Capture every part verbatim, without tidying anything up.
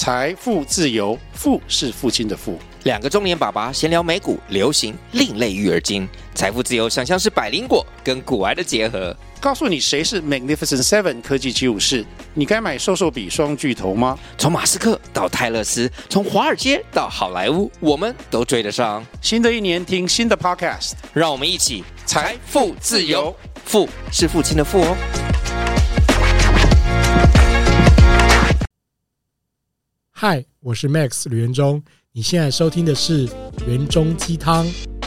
财富自由，富是父亲的富。 两个中年爸爸闲聊美股、流行、另类育儿经。财富自由想象是百灵果跟股癌的结合。 告诉你谁是 Magnificent Seven 科技七武士，你该买瘦瘦比双巨头吗？ 从马斯克到泰勒斯，从华尔街到好莱坞，我们都追得上。 新的一年听新的 Podcast， 让我们一起财富自由， 富是父亲的富哦。 嗨，我是 Max 吕元忠，你现在收听的是元忠鸡汤。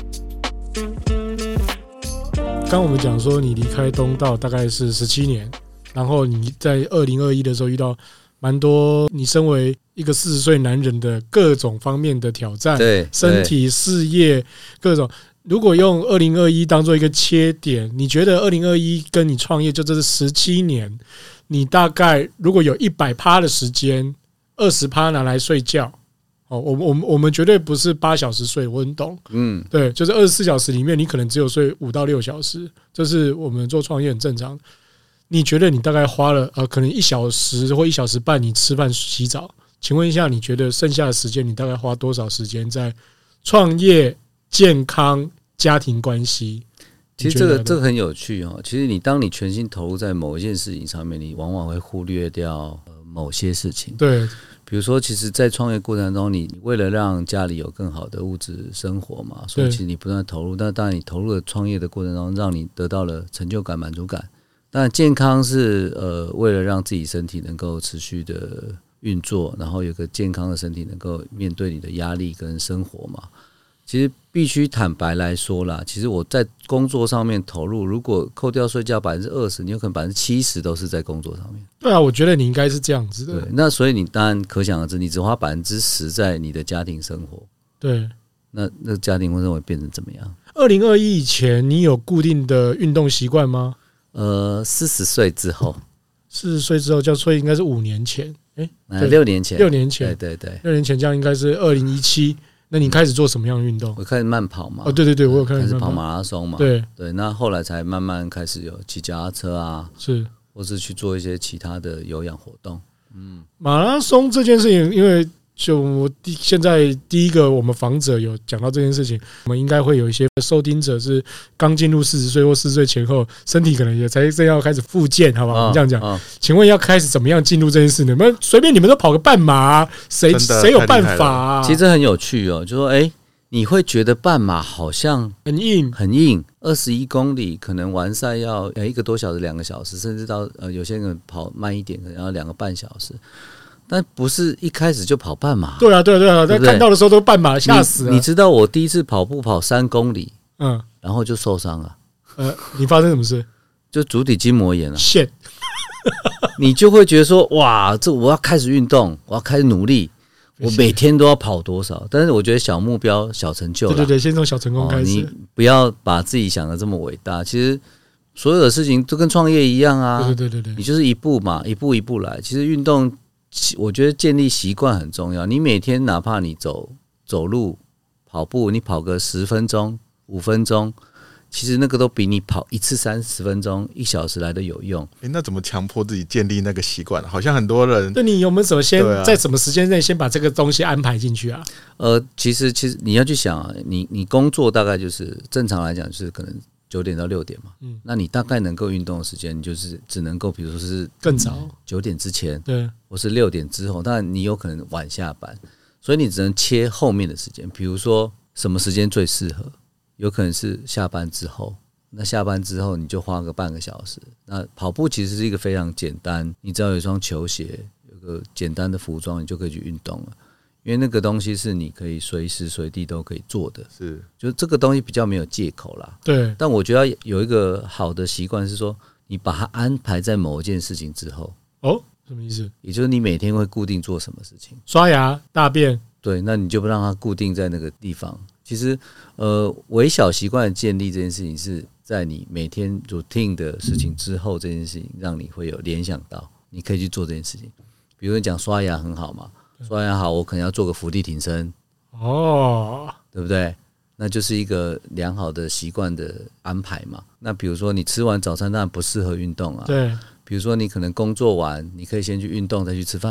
刚我们讲说你离开东道大概是十七年，然后你在二零二一的时候遇到蛮多你身为一个四十岁男人的各种方面的挑战， 对， 身体、事业各种。如果用二零二一当做一个切点，你觉得二零二一跟你创业就这是十七年，你大概如果有 百分之百 的时间百分之二十 拿来睡觉，哦，我我们我们绝对不是八小时睡，我很懂，嗯，对，就是二十四小时里面你可能只有睡五到六小时，这是我们做创业很正常。你觉得你大概花了呃可能一小时或一小时半你吃饭洗澡，请问一下，你觉得剩下的时间你大概花多少时间在创业、健康、家庭关系？ 其实这个这个很有趣哦。其实你当你全心投入在某一件事情上面，你往往会忽略掉某些事情。 对， 比如说，其实，在创业过程中，你为了让家里有更好的物质生活嘛，所以其实你不断投入。但当然，你投入的创业的过程中，让你得到了成就感、满足感。当然，健康是呃为了让自己身体能够持续的运作，然后有个健康的身体能够面对你的压力跟生活嘛。其实必须坦白来说啦，其实我在工作上面投入，如果扣掉睡觉百分之二十，你有可能百分之七十都是在工作上面。 对啊，我觉得你应该是这样子的。 对，那所以你当然可想而知，你只花百分之十在你的家庭生活。 对， 那那家庭生活会变成怎么样？ 二零二一以前，你有固定的运动习惯吗？ 呃，四十岁之后， 四十岁之后，叫所以应该是五年前，哎、欸， 六年前， 六年前， 对对对， 六年前这样应该是二零一七。那你开始做什么样的运动？ 我开始慢跑嘛。 哦，对对对，我有开始跑马拉松嘛。 对对，那后来才慢慢开始有骑脚踏车啊， 是， 或是去做一些其他的有氧活动。嗯， 马拉松这件事情，因为就我第现在第一个我们访者有讲到这件事情，我们应该会有一些收听者是刚进入四十岁或四十岁前后，身体可能也才正要开始复健，好不好？我们这样讲、哦哦，请问要开始怎么样进入这件事呢？你们随便你们都跑个半马，谁谁有办法啊？ 其实很有趣哦，就说哎。欸你会觉得半马好像很硬， 很硬，二十一公里可能完赛要一个多小时、两个小时，甚至到呃有些人跑慢一点，可能要两个半小时。但不是一开始就跑半马。 对啊，对啊，对啊，在看到的时候都半马，吓死了你。你知道我第一次跑步跑三公里， 嗯， 然后就受伤了。 呃，你发生什么事？ 就足底筋膜炎了。 shit 你就会觉得说，哇，这我要开始运动，我要开始努力。我每天都要跑多少？但是我觉得小目标、小成就啦。 对对对，先从小成功开始、哦。 你不要把自己想的这么伟大。其实所有的事情都跟创业一样啊。 对对对对， 你就是一步嘛，一步一步来。其实运动，我觉得建立习惯很重要。你每天哪怕你走走路、跑步，你跑个十分钟、五分钟。其实那个都比你跑一次三十分钟、一小时来的有用。 欸、那怎么强迫自己建立那个习惯？好像很多人。 对，你有没有怎么先、啊、在什么时间内先把这个东西安排进去啊？ 呃，其实其实你要去想啊，你你工作大概就是正常来讲就是可能九点到六点嘛，嗯，那你大概能够运动的时间，你就是只能够比如说是更早九点之前， 对， 或是六点之后，当然你有可能晚下班，所以你只能切后面的时间，比如说什么时间最适合，有可能是下班之后。那下班之后你就花个半个小时。那跑步其实是一个非常简单，你只要有一双球鞋，有个简单的服装，你就可以去运动了。因为那个东西是你可以随时随地都可以做的， 是， 就这个东西比较没有借口啦。 对， 但我觉得有一个好的习惯是说，你把它安排在某一件事情之后。 哦，什么意思？ 也就是你每天会固定做什么事情？ 刷牙、大便。 对，那你就不让它固定在那个地方。其实，呃，微小习惯的建立这件事情是在你每天 routine 的事情之后，这件事情让你会有联想到，你可以去做这件事情。比如你讲刷牙很好嘛，刷牙好，我可能要做个伏地挺身，哦，对不对？那就是一个良好的习惯的安排嘛。那比如说你吃完早餐当然不适合运动啊， 对。 比如说你可能工作完，你可以先去运动再去吃饭。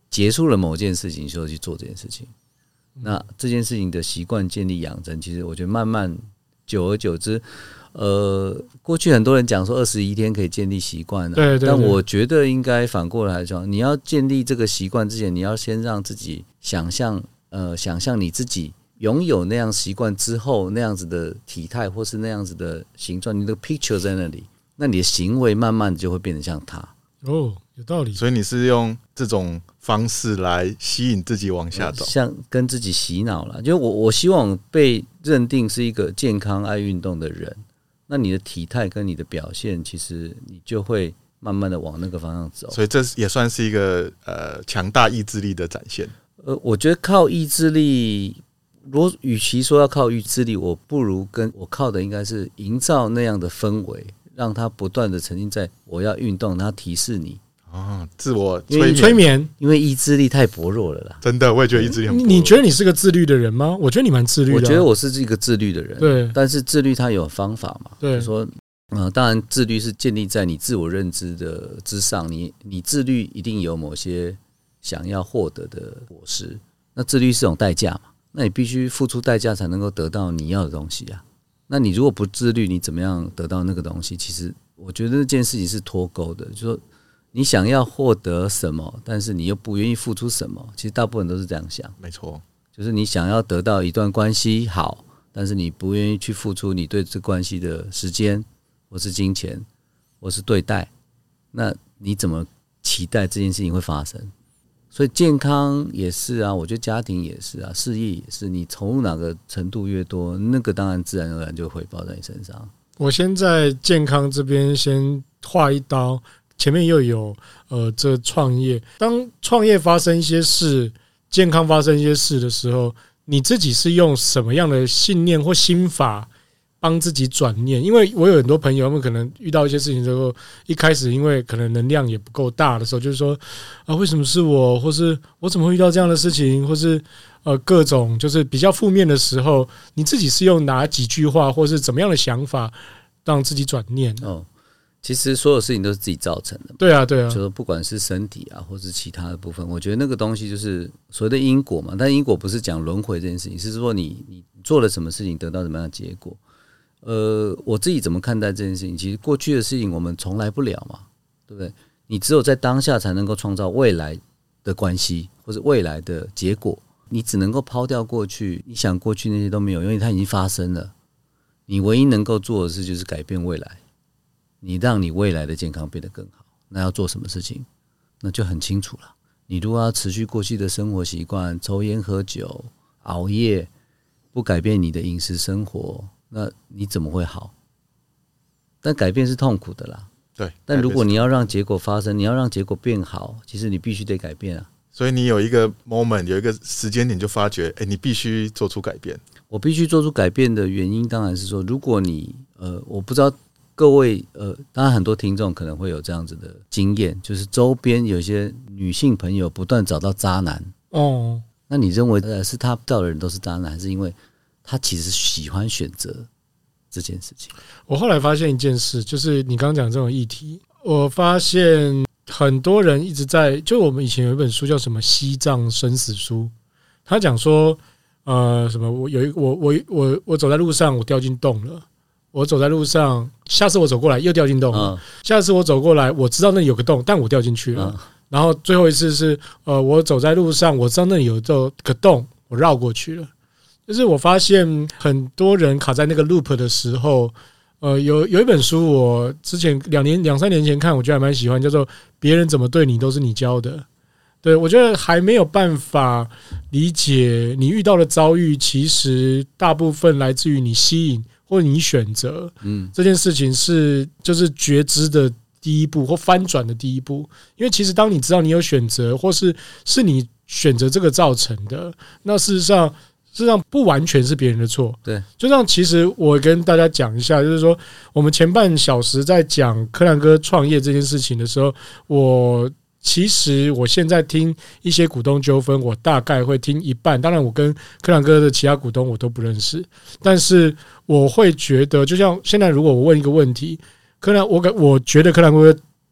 结束了某件事情就去做这件事情。那这件事情的习惯建立养成，其实我觉得慢慢久而久之，呃，过去很多人讲说二十一天可以建立习惯、啊， 对对对， 但我觉得应该反过来讲，你要建立这个习惯之前，你要先让自己想象，呃，想象你自己拥有那样习惯之后那样子的体态，或是那样子的形状，你的 picture 在那里，那你的行为慢慢就会变得像他。 哦，有道理。 所以你是用这种方式来吸引自己往下走， 像跟自己洗脑了。就我我希望被认定是一个健康爱运动的人，那你的体态跟你的表现，其实你就会慢慢的往那个方向走。 所以这也算是一个呃强大意志力的展现。 呃，我觉得靠意志力，如果与其说要靠意志力，我不如跟我靠的应该是营造那样的氛围。让他不断的沉浸在我要运动，他提示你哦，自我催眠， 催眠， 因为意志力太薄弱了啦。 真的，我也觉得意志力很薄弱。 你觉得你是个自律的人吗？我觉得你蛮自律的、啊。 我觉得我是一个自律的人， 对， 但是自律它有方法嘛？ 对， 就是说，呃，当然自律是建立在你自我认知的之上，你你自律一定有某些想要获得的果实，那自律是种代价嘛？那你必须付出代价才能够得到你要的东西啊。那你如果不自律，你怎么样得到那个东西？其实我觉得这件事情是脱钩的，就是说你想要获得什么，但是你又不愿意付出什么。其实大部分都是这样想， 没错， 就是你想要得到一段关系好，但是你不愿意去付出你对这关系的时间，或是金钱，或是对待，那你怎么期待这件事情会发生？所以健康也是啊，我觉得家庭也是啊，事业也是，你投入哪个程度越多，那个当然自然而然就会回报在你身上。 我先在健康这边先划一刀，前面又有呃这创业。当创业发生一些事，健康发生一些事的时候，你自己是用什么样的信念或心法帮自己转念？因为我有很多朋友，他们可能遇到一些事情之后，一开始因为可能能量也不够大的时候，就是说啊，为什么是我，或是我怎么会遇到这样的事情，或是呃各种就是比较负面的时候，你自己是用哪几句话，或是怎么样的想法让自己转念？ 哦，其实所有事情都是自己造成的。 对啊，对啊， 就是不管是身体啊，或是其他的部分，我觉得那个东西就是所谓的因果嘛。但因果不是讲轮回这件事情，是说你你做了什么事情得到什么样的结果。呃，我自己怎么看待这件事情？其实过去的事情我们从来不了嘛，对不对？你只有在当下才能够创造未来的关系，或是未来的结果。你只能够抛掉过去，你想过去那些都没有，因为它已经发生了。你唯一能够做的事就是改变未来，你让你未来的健康变得更好。那要做什么事情？那就很清楚了。你如果要持续过去的生活习惯，抽烟喝酒、熬夜，不改变你的饮食生活，那你怎么会好？但改变是痛苦的啦。 对。 但如果你要让结果发生，你要让结果变好，其实你必须得改变啊。 所以你有一个 moment， 有一个时间点，就发觉，哎、欸，你必须做出改变。 我必须做出改变的原因，当然是说，如果你呃，我不知道各位呃，当然很多听众可能会有这样子的经验，就是周边有些女性朋友不断找到渣男哦，那你认为呃是他找的人都是渣男，还是因为他其实喜欢选择这件事情？ 我后来发现一件事，就是你刚刚讲这种议题，我发现很多人一直在，就我们以前有一本书叫什么《西藏生死书》，他讲说，呃，什么我有一我我我我走在路上，我掉进洞了。我走在路上，下次我走过来又掉进洞了。嗯、下次我走过来，我知道那里有个洞，但我掉进去了。嗯、然后最后一次是，呃，我走在路上，我知道那里有个洞，我绕过去了。就是我发现很多人卡在那个 loop 的时候，呃，有有一本书，我之前两年两三年前看，我觉得还蛮喜欢，叫做《别人怎么对你都是你教的》。对，我觉得还没有办法理解你遇到的遭遇，其实大部分来自于你吸引。或者你选择，嗯，这件事情是就是觉知的第一步或翻转的第一步。因为其实当你知道你有选择，或是是你选择这个造成的，那事实上事实上不完全是别人的错。 对， 就像其实我跟大家讲一下，就是说我们前半小时在讲柯南哥创业这件事情的时候，我。其实我现在听一些股东纠纷，我大概会听一半。当然，我跟柯南哥的其他股东我都不认识，但是我会觉得，就像现在，如果我问一个问题，柯南，我我觉得柯南哥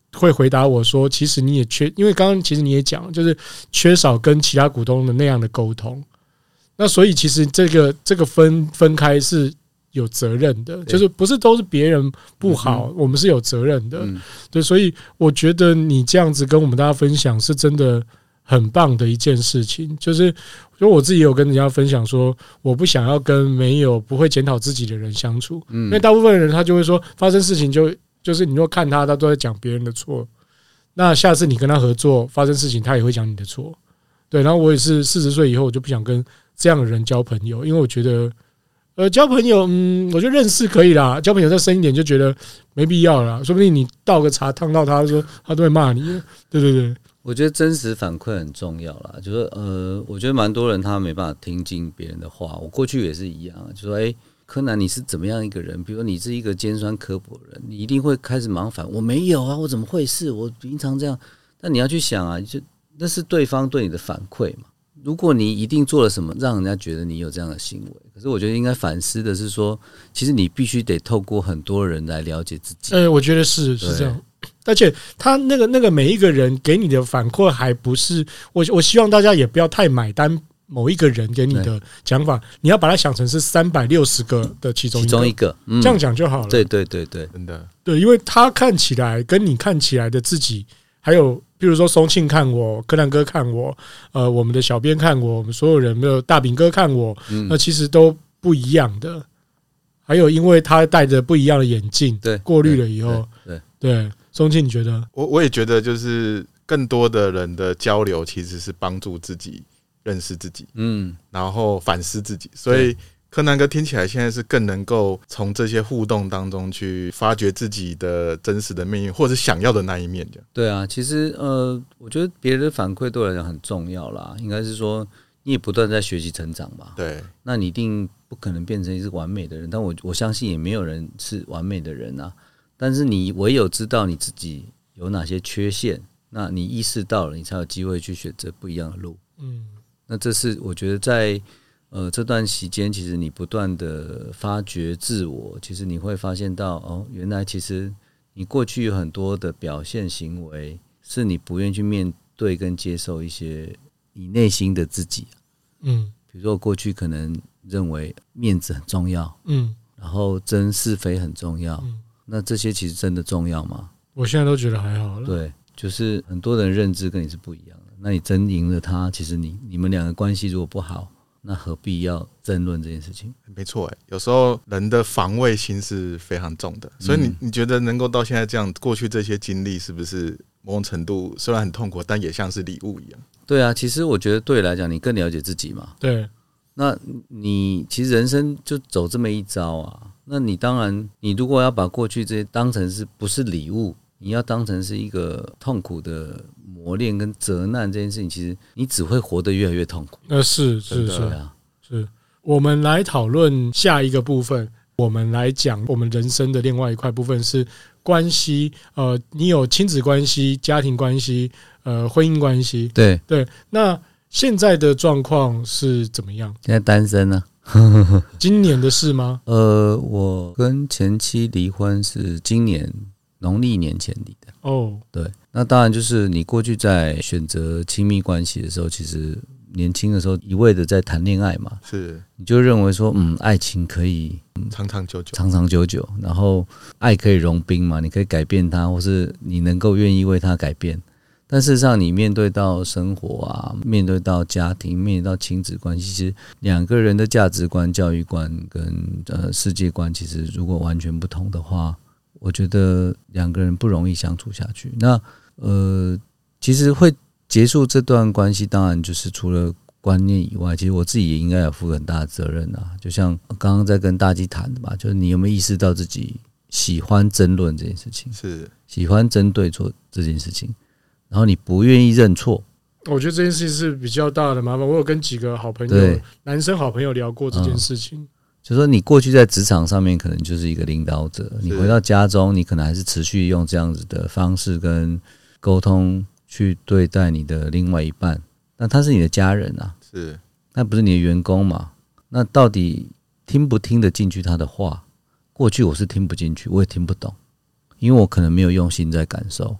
会回答我说，其实你也缺，因为刚刚其实你也讲，就是缺少跟其他股东的那样的沟通。那所以其实这个这个分分开是有责任的，就是不是都是别人不好，我们是有责任的。对，所以我觉得你这样子跟我们大家分享是真的很棒的一件事情。就是因为我自己有跟人家分享说，我不想要跟没有不会检讨自己的人相处，因为大部分人他就会说，发生事情就就是你若看他，他都在讲别人的错，那下次你跟他合作发生事情，他也会讲你的错。对，然后我也是四十岁以后，我就不想跟这样的人交朋友，因为我觉得，呃，交朋友，嗯，我觉得认识可以啦，交朋友再深一点就觉得没必要啦，说不定你倒个茶烫到他说，他都会骂你。对对对， 我觉得真实反馈很重要啦，就是呃，我觉得蛮多人他没办法听进别人的话，我过去也是一样，就说，哎、欸，柯南你是怎么样一个人？比如你是一个尖酸刻薄的人，你一定会开始马上反，我没有啊，我怎么会是？我平常这样，但你要去想啊，就那是对方对你的反馈嘛。如果你一定做了什么让人家觉得你有这样的行为，可是我觉得应该反思的是说，其实你必须得透过很多人来了解自己。 呃，我觉得是是这样，而且他那个那个每一个人给你的反馈，还不是我我希望大家也不要太买单某一个人给你的讲法，你要把它想成是三百六十个的其中一个，其中一个、嗯、这样讲就好了。 对对对对， 真的对，因为他看起来跟你看起来的自己，还有比如说松庆看我，柯南哥看我，呃，我们的小编看我，我们所有人，没有大饼哥看我，那其实都不一样的。还有，因为他戴着不一样的眼镜，对，过滤了以后，对对，松庆，你觉得？ 我我也觉得，就是更多的人的交流，其实是帮助自己认识自己，嗯，然后反思自己，所以。柯南哥听起来现在是更能够从这些互动当中去发掘自己的真实的命运，或者想要的那一面。这样对啊，其实呃，我觉得别人的反馈对我来讲很重要啦。应该是说，你也不断在学习成长嘛。 对， 那你一定不可能变成一个完美的人，但我我相信也没有人是完美的人啊。但是你唯有知道你自己有哪些缺陷，那你意识到了，你才有机会去选择不一样的路。嗯，那这是我觉得在。呃，这段期间，其实你不断的发掘自我，其实你会发现到，哦，原来其实你过去有很多的表现行为，是你不愿意去面对跟接受一些你内心的自己。嗯，比如说我过去可能认为面子很重要，嗯，然后争是非很重要，嗯，那这些其实真的重要吗？ 我现在都觉得还好了。 对，就是很多人认知跟你是不一样的，那你争赢了他，其实你你们两个关系如果不好。那何必要争论这件事情？ 没错，有时候人的防卫心是非常重的，所以你你觉得能够到现在这样，过去这些经历是不是某种程度虽然很痛苦，但也像是礼物一样？ 对啊，其实我觉得对你来讲，你更了解自己嘛。 对， 那你其实人生就走这么一招啊。那你当然，你如果要把过去这些当成是不是礼物，你要当成是一个痛苦的。磨练跟责难这件事情，其实你只会活得越来越痛苦。 呃，是是是啊，是。我们来讨论下一个部分，我们来讲我们人生的另外一块部分是关系。呃，你有亲子关系、家庭关系、呃，婚姻关系。 对对。那现在的状况是怎么样？ 现在单身呢、 啊？今年的事吗？ 呃，我跟前妻离婚是今年农历年前离的。 哦， 对。那当然，就是你过去在选择亲密关系的时候，其实年轻的时候一味的在谈恋爱嘛， 是你就认为说，嗯，爱情可以、 嗯、长长久久， 长长久久，然后爱可以融冰嘛，你可以改变它，或是你能够愿意为它改变。但事实上，你面对到生活啊，面对到家庭，面对到亲子关系，其实两个人的价值观、教育观跟呃世界观，其实如果完全不同的话，我觉得两个人不容易相处下去。那呃，其实会结束这段关系，当然就是除了观念以外，其实我自己也应该有负很大的责任啊。就像刚刚在跟大鸡谈的吧，就是你有没有意识到自己喜欢争论这件事情， 是喜欢针对错这件事情，然后你不愿意认错。 我觉得这件事情是比较大的麻烦。我有跟几个好朋友，男生好朋友聊过这件事情。嗯， 就说你过去在职场上面可能就是一个领导者，你回到家中，你可能还是持续用这样子的方式跟沟通去对待你的另外一半，那他是你的家人啊， 是， 那不是你的员工嘛？那到底听不听得进去他的话？过去我是听不进去，我也听不懂，因为我可能没有用心在感受，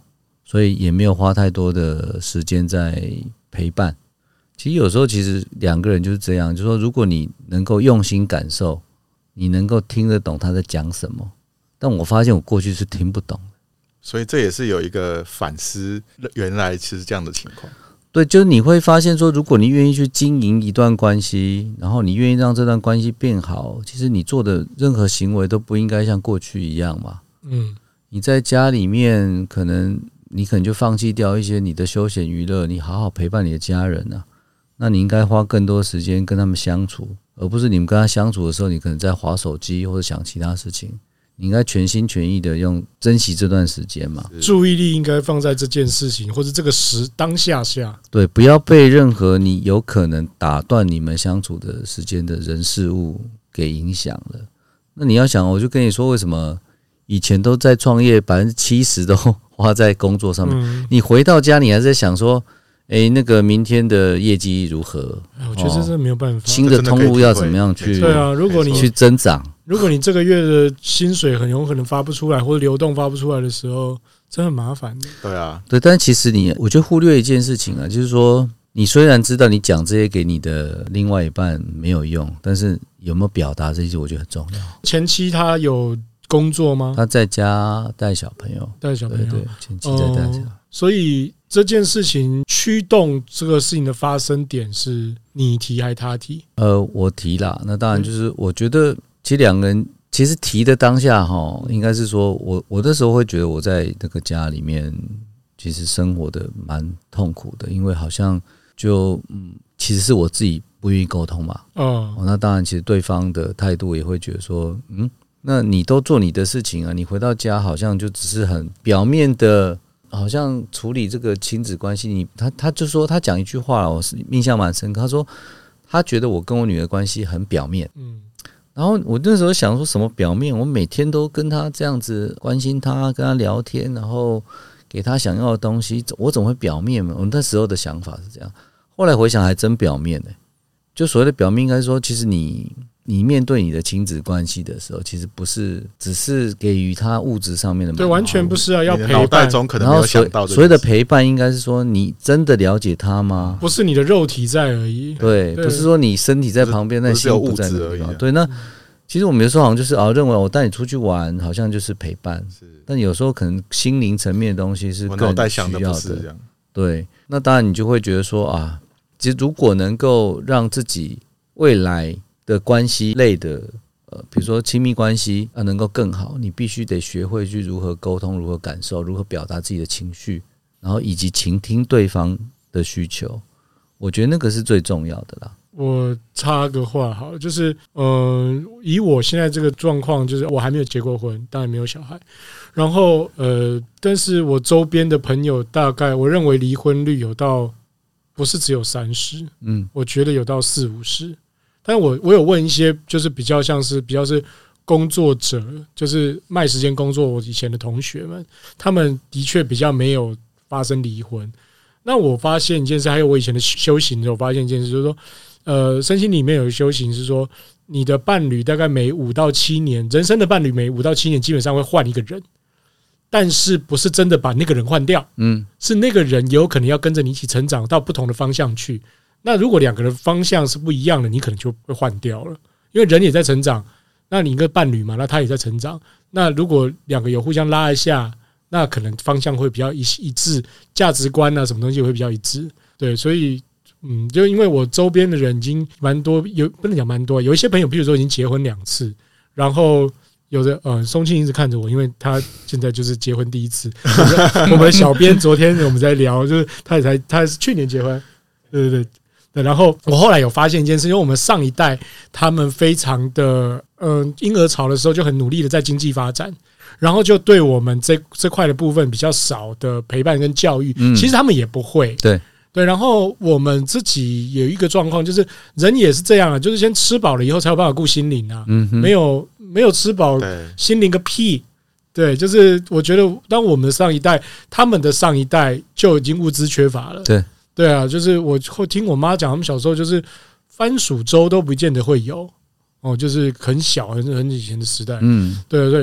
所以也没有花太多的时间在陪伴。其实有时候其实两个人就是这样，就是说如果你能够用心感受，你能够听得懂他在讲什么，但我发现我过去是听不懂的， 所以这也是有一个反思，原来是这样的情况。 对，就是你会发现说，如果你愿意去经营一段关系，然后你愿意让这段关系变好，其实你做的任何行为都不应该像过去一样嘛。嗯，你在家里面可能你可能就放弃掉一些你的休闲娱乐，你好好陪伴你的家人啊。那你应该花更多时间跟他们相处，而不是你们跟他相处的时候，你可能在滑手机或者想其他事情。你应该全心全意的用珍惜这段时间嘛， 注意力应该放在这件事情或者这个时当下下。 对，不要被任何你有可能打断你们相处的时间的人事物给影响了。那你要想，我就跟你说，为什么以前都在创业，百分之七十都花在工作上面，嗯、你回到家，你还是在想说。哎，那个明天的业绩如何？ 我觉得这是没有办法。 新的通路要怎么样去？ 对啊，如果你去增长， 如果你这个月的薪水很有可能发不出来，或者流动发不出来的时候，真的很麻烦的。 对啊， 对，但其实你，我就忽略一件事情啊，就是说，你虽然知道你讲这些给你的另外一半没有用，但是有没有表达这些，我觉得很重要。 前妻她有工作吗？ 她在家带小朋友， 带小朋友， 对对，前妻在带小朋友。 哦，所以这件事情驱动这个事情的发生点是你提还是他提？ 呃，我提啦。那当然就是我觉得，其实两个人其实提的当下哈，应该是说我我那时候会觉得我在那个家里面其实生活的蛮痛苦的，因为好像就嗯，其实是我自己不愿意沟通嘛。哦，那当然，其实对方的态度也会觉得说，嗯，那你都做你的事情啊，你回到家好像就只是很表面的。好像处理这个亲子关系，你他他就说他讲一句话，我是印象蛮深刻。他说他觉得我跟我女儿关系很表面，嗯，然后我那时候想说什么表面？我每天都跟他这样子关心他，跟他聊天，然后给他想要的东西，我怎么会表面呢？我那时候的想法是这样，后来回想还真表面呢、欸。就所谓的表面，应该说，其实你。你面对你的亲子关系的时候，其实不是只是给予他物质上面的满足， 对，完全不是啊，要陪伴。 脑袋中可能没有想到， 所谓的陪伴应该是说，你真的了解他吗？ 不是你的肉体在而已， 对，不是说你身体在旁边，但心不在那个地方。对，那其实我们有时候好像就是啊，认为我带你出去玩，好像就是陪伴，但有时候可能心灵层面的东西是更需要的。对，那当然你就会觉得说啊，其实如果能够让自己未来的关系类的，呃，比如说亲密关系啊，能够更好，你必须得学会去如何沟通、如何感受、如何表达自己的情绪，然后以及倾听对方的需求。我觉得那个是最重要的啦。 我插个话好了，就是呃，以我现在这个状况，就是我还没有结过婚，当然没有小孩，然后呃，但是我周边的朋友大概我认为离婚率有到不是只有三十，嗯，我觉得有到四五十。但我我有问一些，就是比较像是比较是工作者，就是卖时间工作，我以前的同学们，他们的确比较没有发生离婚。那我发现一件事，还有我以前的修行，我发现一件事，就是说，呃，身心里面有一个修行是说，你的伴侣大概每五到七年，人生的伴侣每五到七年基本上会换一个人，但是不是真的把那个人换掉，嗯，是那个人有可能要跟着你一起成长到不同的方向去。那如果两个人方向是不一样的，你可能就会换掉了，因为人也在成长。那你一个伴侣嘛，那他也在成长。那如果两个有互相拉一下，那可能方向会比较一一致，价值观啊什么东西会比较一致。对，所以嗯，就因为我周边的人已经蛮多，有不能讲蛮多，有一些朋友，比如说已经结婚两次，然后有的呃，松庆一直看着我，因为他现在就是结婚第一次。我们小编昨天我们在聊，就是他也才他是去年结婚，对对对。对，然后我后来有发现一件事，因为我们上一代他们非常的，嗯、呃，婴儿潮的时候就很努力的在经济发展，然后就对我们这这块的部分比较少的陪伴跟教育，嗯、其实他们也不会。 对对，然后我们自己有一个状况，就是人也是这样啊，就是先吃饱了以后才有办法顾心灵啊，嗯、没有没有吃饱心灵个屁。对，就是我觉得，当我们上一代，他们的上一代就已经物资缺乏了。 对。 对啊，就是我会听我妈讲，他们小时候就是番薯粥都不见得会有哦，就是很小很很以前的时代。嗯，对对，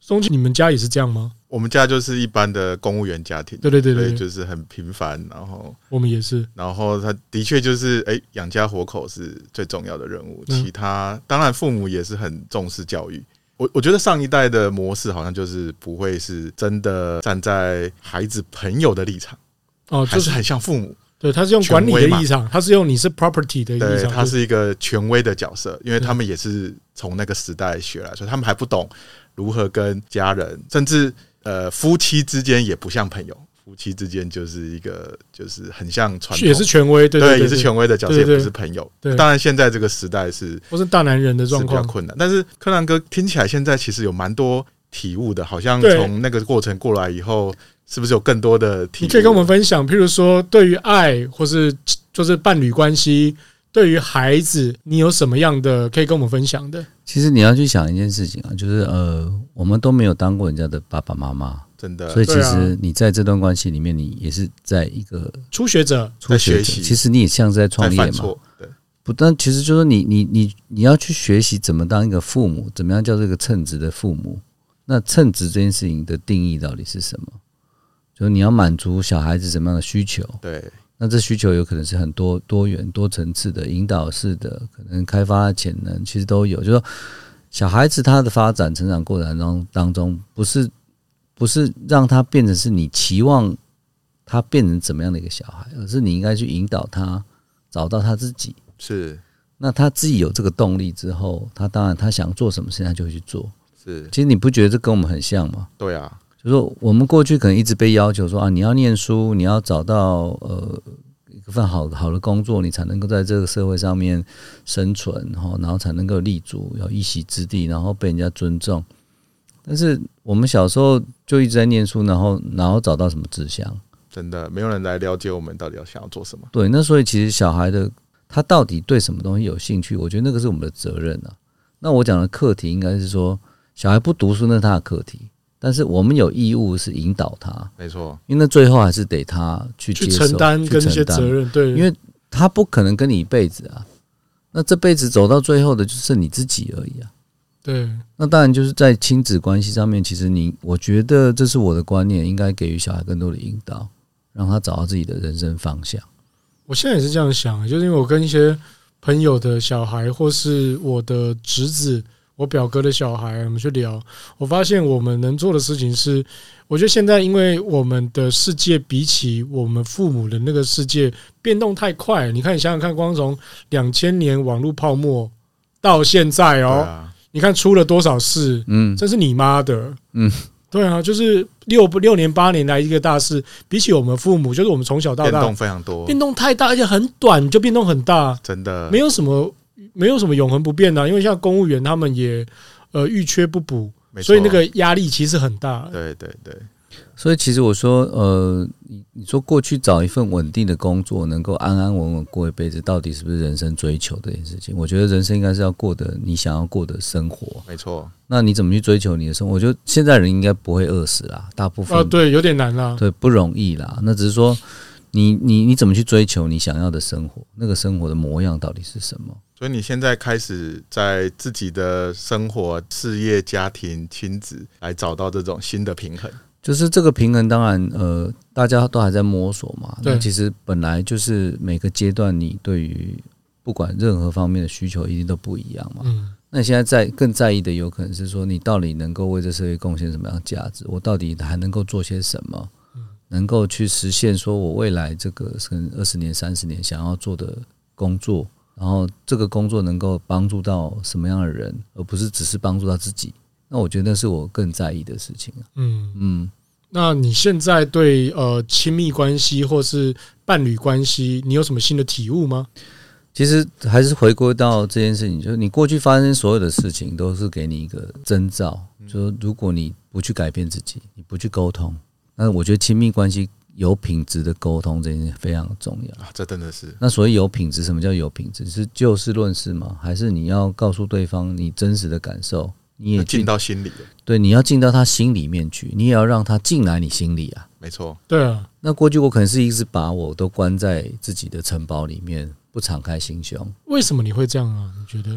松庆，你们家也是这样吗？ 我们家就是一般的公务员家庭， 对对对 对, 对， 所以就是很平凡。然后我们也是， 然后他的确就是哎，养家活口是最重要的任务。 嗯、 其他当然父母也是很重视教育。我我觉得上一代的模式好像就是不会是真的站在孩子朋友的立场， 哦，就是、 还是很像父母。 对，他是用管理的立场，他是用你是 property 的立场， 对，他是一个权威的角色，因为他们也是从那个时代学来，所以他们还不懂如何跟家人，甚至呃夫妻之间也不像朋友，夫妻之间就是一个就是很像传统， 也是权威，对 对, 对, 对， 也是权威的角色，也不是朋友。当然，现在这个时代是不是大男人的状况比较困难，但是柯南哥听起来现在其实有蛮多体悟的，好像从那个过程过来以后。是不是有更多的体悟？ 你可以跟我们分享，譬如说，对于爱，或是就是伴侣关系，对于孩子，你有什么样的可以跟我们分享的？ 其实你要去想一件事情啊，就是呃，我们都没有当过人家的爸爸妈妈， 真的。 所以其实你在这段关系里面，你也是在一个初学者， 初学者。其实你也像是在创业嘛， 对。 不但其实就是你你你你要去学习怎么当一个父母，怎么样叫这个称职的父母。那称职这件事情的定义到底是什么？就是你要满足小孩子什么样的需求？ 对， 那这需求有可能是很多多元、多层次的、引导式的，可能开发的潜能其实都有。就是说，小孩子他的发展成长过程中当中，不是不是让他变成是你期望他变成怎么样的一个小孩，而是你应该去引导他找到他自己。 是， 那他自己有这个动力之后，他当然他想做什么事情他就会去做。 是， 其实你不觉得这跟我们很像吗？ 对啊。 就是说我们过去可能一直被要求说啊，你要念书，你要找到呃一份好好的工作，你才能够在这个社会上面生存，然后才能够立足，有一席之地，然后被人家尊重。但是我们小时候就一直在念书，然后然后找到什么志向？ 真的没有人来了解我们到底要想要做什么。 对，那所以其实小孩的他到底对什么东西有兴趣，我觉得那个是我们的责任啊。那我讲的课题应该是说，小孩不读书那是他的课题。但是我们有义务是引导他， 没错， 因为那最后还是得他去接受、 去承担跟一些责任，对， 因为他不可能跟你一辈子啊，那这辈子走到最后的就是你自己而已啊， 对。 那当然就是在亲子关系上面，其实你，我觉得这是我的观念，应该给予小孩更多的引导，让他找到自己的人生方向。 我现在也是这样想，就是因为我跟一些朋友的小孩，或是我的侄子。我表哥的小孩，我们去聊，我发现我们能做的事情是，我觉得现在因为我们的世界比起我们父母的那个世界变动太快，你看，你想想看，光从两千年网络泡沫到现在哦，啊、你看出了多少事，嗯，这是你妈的，嗯，对啊，就是六六年八年来一个大事，比起我们父母，就是我们从小到大变动非常多， 变动太大，而且很短就变动很大， 真的没有什么。没有什么永恒不变的、啊，因为像公务员他们也呃遇缺不补，所以那个压力其实很大。 对对对， 所以其实我说，呃，你你说过去找一份稳定的工作，能够安安稳稳过一辈子，到底是不是人生追求这件事情？我觉得人生应该是要过得你想要过的生活。 没错。 那你怎么去追求你的生活？我觉得现在人应该不会饿死啦，大部分啊，对，有点难啦， 对，不容易啦。那只是说。你你你怎么去追求你想要的生活？那个生活的模样到底是什么？ 所以你现在开始在自己的生活、事业、家庭、亲子来找到这种新的平衡。 就是这个平衡，当然呃，大家都还在摸索嘛。那其实本来就是每个阶段，你对于不管任何方面的需求一定都不一样嘛。嗯。那你现在在更在意的，有可能是说你到底能够为这社会贡献什么样的价值？我到底还能够做些什么？能够去实现说我未来这个可能二十年、三十年想要做的工作，然后这个工作能够帮助到什么样的人，而不是只是帮助到自己。那我觉得那是我更在意的事情。嗯嗯。那你现在对呃亲密关系或是伴侣关系，你有什么新的体悟吗？ 其实还是回归到这件事情，就是你过去发生所有的事情，都是给你一个征兆，就是如果你不去改变自己，你不去沟通。那我觉得亲密关系有品质的沟通这件事非常重要啊，这真的是。 那所谓有品质，什么叫有品质？是就事论事吗？还是你要告诉对方你真实的感受？你也进到心里了。 对，你要进到他心里面去，你也要让他进来你心里啊。 没错， 对啊。 那过去我可能是一直把我都关在自己的城堡里面，不敞开心胸。 为什么你会这样啊？你觉得？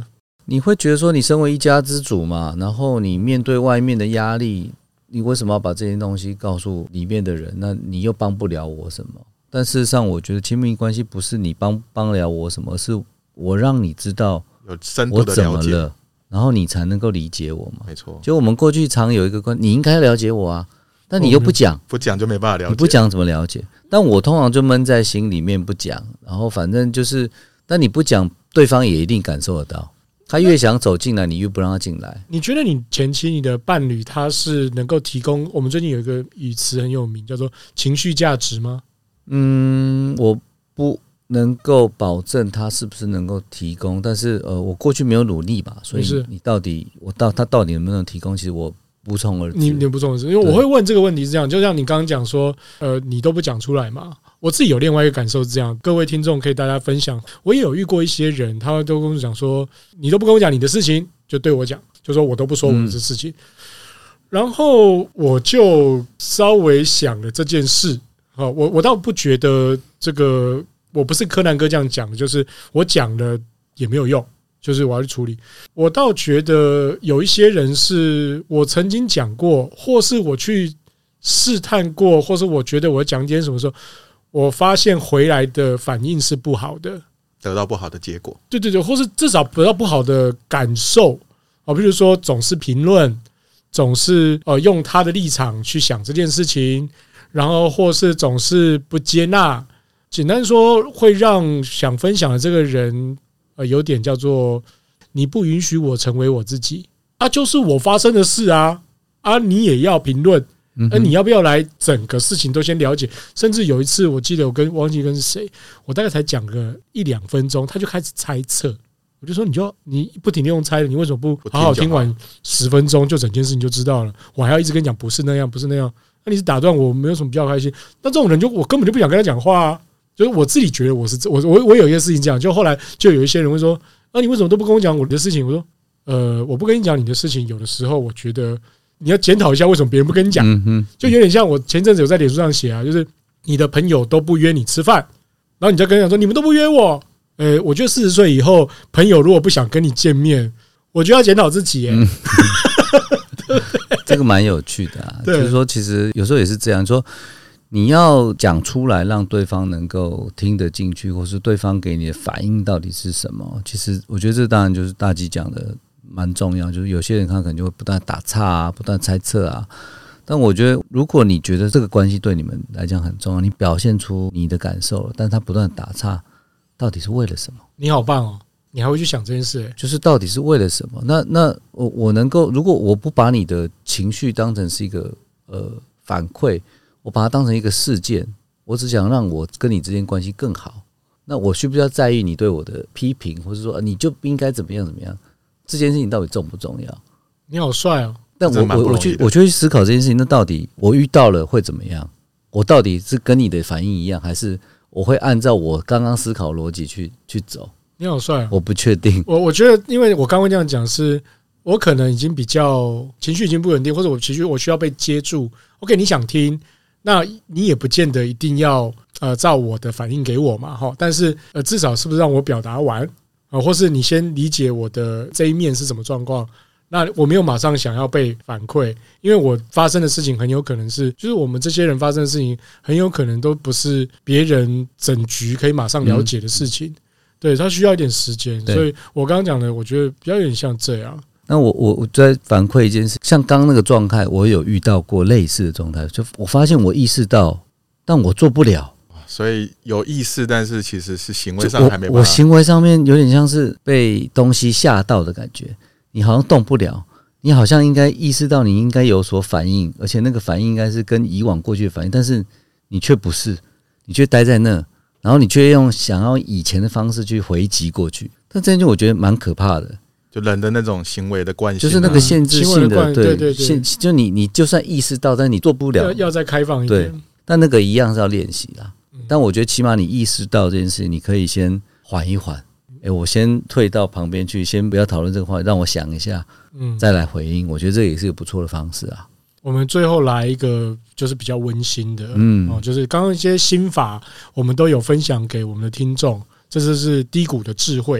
你会觉得说，你身为一家之主嘛，然后你面对外面的压力，你为什么要把这些东西告诉里面的人？那你又帮不了我什么？但事实上，我觉得亲密关系不是你帮帮了我什么，是我让你知道有深度的了解， 了，然后你才能够理解我嘛。 没错， 就我们过去常有一个观，你应该了解我啊，但你又不讲， 不讲就没办法了解， 你不讲怎么了解？但我通常就闷在心里面不讲，然后反正就是，但你不讲，对方也一定感受得到。他越想走进来，你越不让他进来。 你觉得你前期你的伴侣他是能够提供？我们最近有一个语词很有名，叫做情绪价值吗？ 嗯，我不能够保证他是不是能够提供，但是呃，我过去没有努力吧，所以你到底我到他到底能不能提供，其实我无从而知。 你你不从而知，因为我会问这个问题是这样，就像你刚刚讲说，呃，你都不讲出来嘛。我自己有另外一个感受是这样，各位听众可以大家分享。我也有遇过一些人，他都跟我讲说，你都不跟我讲你的事情，就对我讲，就说我都不说我的事情。嗯、然后我就稍微想了这件事，我我倒不觉得这个，我不是柯南哥这样讲的，就是我讲了也没有用，就是我要去处理。我倒觉得有一些人是我曾经讲过，或是我去试探过，或是我觉得我讲点什么时候。我发现回来的反应是不好的， 得到不好的结果。 对对对，或是至少得到不好的感受啊，比如说总是评论，总是呃用他的立场去想这件事情，然后或是总是不接纳。简单说，会让想分享的这个人呃有点叫做你不允许我成为我自己啊，就是我发生的事啊啊，你也要评论。那你要不要来整个事情都先了解？甚至有一次，我记得我跟忘记跟是谁，我大概才讲个一两分钟，他就开始猜测。我就说，你就你不停地用猜的，你为什么不好好听完十分钟，就整件事情就知道了？我还要一直跟你讲不是那样，不是那样。那你是打断我，没有什么比较开心。那这种人就我根本就不想跟他讲话啊。就是我自己觉得我是我我我有一些事情讲，就后来就有一些人会说，那、啊、你为什么都不跟我讲我的事情？我说，呃，我不跟你讲你的事情，有的时候我觉得。你要检讨一下为什么别人不跟你讲，就有点像我前阵子有在脸书上写啊，就是你的朋友都不约你吃饭，然后你再跟他讲说你们都不约我，呃，我觉得四十岁以后朋友如果不想跟你见面，我就要检讨自己、欸。嗯、 这个蛮有趣的、啊，就是说其实有时候也是这样，说你要讲出来让对方能够听得进去，或是对方给你的反应到底是什么，其实我觉得这当然就是大吉讲的。蛮重要，就是有些人他可能就会不断打岔啊，不断猜测啊。但我觉得，如果你觉得这个关系对你们来讲很重要，你表现出你的感受了，但他不断打岔，到底是为了什么？ 你好棒哦，你还会去想这件事、欸， 就是到底是为了什么？那那我我能够，如果我不把你的情绪当成是一个呃反馈，我把它当成一个事件，我只想让我跟你之间关系更好，那我需不需要在意你对我的批评，或者说你就应该怎么样怎么样？这件事情到底重不重要？ 你好帅哦！ 但我我我去我去思考这件事情，那到底我遇到了会怎么样？我到底是跟你的反应一样，还是我会按照我刚刚思考逻辑去去走？ 你好帅哦！ 我不确定。 我我觉得，因为我刚刚这样讲，是我可能已经比较情绪已经不稳定，或者我情绪我需要被接住。OK， 你想听，那你也不见得一定要呃照我的反应给我嘛，哈。但是呃，至少是不是让我表达完？啊，或是你先理解我的这一面是什么状况，那我没有马上想要被反馈，因为我发生的事情很有可能是，就是我们这些人发生的事情很有可能都不是别人整局可以马上了解的事情，对，它需要一点时间，所以我刚刚讲的，我觉得比较有点像这样。 那我我我在反馈一件事，像刚刚那个状态，我有遇到过类似的状态，就我发现我意识到，但我做不了。 所以有意识，但是其实是行为上还没办法。 我行为上面有点像是被东西吓到的感觉，你好像动不了，你好像应该意识到你应该有所反应，而且那个反应应该是跟以往过去的反应，但是你却不是，你却待在那，然后你却用想要以前的方式去回击过去。但这件事我觉得蛮可怕的， 就人的那种行为的惯性、啊， 就是那个限制性的， 对对对， 限就你你就算意识到，但你做不了， 要, 要再开放一点。 对，但那个一样是要练习啦。但我觉得起码你意识到这件事，你可以先缓一缓。哎，我先退到旁边去，先不要讨论这个话，让我想一下，嗯，再来回应。我觉得这也是个不错的方式啊。 我们最后来一个就是比较温馨的，嗯，哦，就是刚刚一些心法，我们都有分享给我们的听众。这就是低谷的智慧。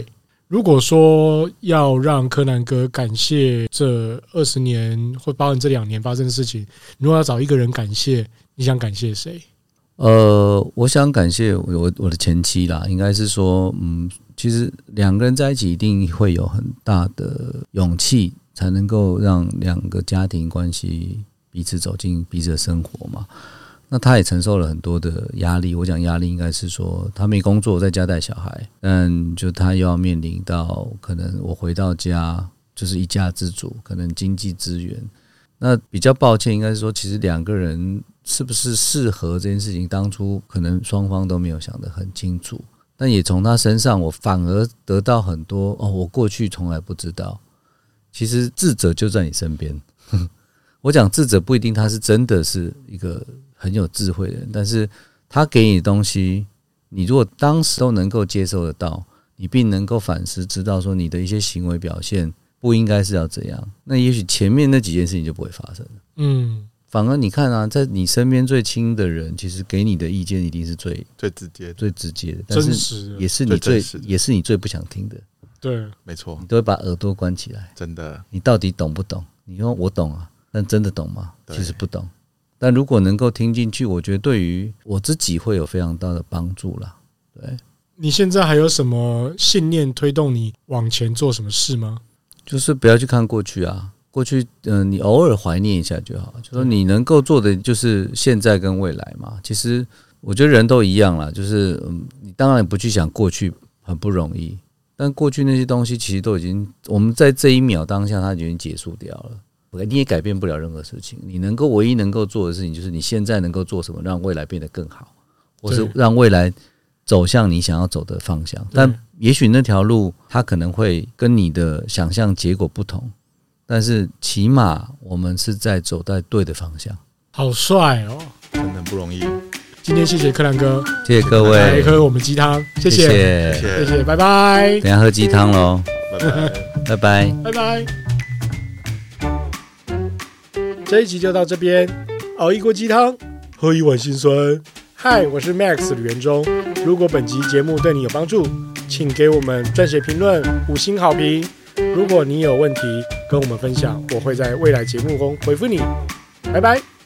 如果说要让柯南哥感谢这二十年或包含这两年发生的事情，如果要找一个人感谢，你想感谢谁？ 呃，我想感谢我我的前妻啦，应该是说，嗯，其实两个人在一起一定会有很大的勇气，才能够让两个家庭关系彼此走进彼此的生活嘛。那他也承受了很多的压力，我讲压力应该是说他没工作，在家带小孩，但就他又要面临到可能我回到家就是一家之主，可能经济资源。那比较抱歉，应该是说，其实两个人是不是适合这件事情，当初可能双方都没有想得很清楚。但也从他身上，我反而得到很多哦，我过去从来不知道。其实智者就在你身边。我讲智者不一定他是真的是一个很有智慧的人，但是他给你的东西，你如果当时都能够接受得到，你并能够反思，知道说你的一些行为表现不应该是要这样，那也许前面那几件事情就不会发生了。嗯，反而你看啊，在你身边最亲的人，其实给你的意见一定是最最直接、 最直接的，但是也是你最也是你最不想听的。 对， 没错， 你都会把耳朵关起来。 真的， 你到底懂不懂？你说我懂啊，但真的懂吗？其实不懂。但如果能够听进去，我觉得对于我自己会有非常大的帮助啦。对， 你现在还有什么信念推动你往前做什么事吗？ 就是不要去看过去啊，过去，嗯、呃，你偶尔怀念一下就好。就说你能够做的就是现在跟未来嘛。其实我觉得人都一样啦，就是嗯，你当然不去想过去很不容易，但过去那些东西其实都已经，我们在这一秒当下它已经结束掉了。你也改变不了任何事情，你能够唯一能够做的事情就是你现在能够做什么让未来变得更好，或是让未来走向你想要走的方向。但也许那条路它可能会跟你的想象结果不同，但是起码我们是在走在对的方向。 好帅哦， 真的很不容易。 今天谢谢柯南哥， 谢谢各位来喝我们鸡汤，谢谢谢谢谢，拜拜。 等一下喝鸡汤咯， 拜拜拜拜拜拜。这一集就到这边，熬一锅鸡汤，喝一碗辛酸。嗨，我是 Max 吕元忠。如果本集节目对你有帮助，请给我们撰写评论、五星好评。如果你有问题跟我们分享，我会在未来节目中回复你。拜拜。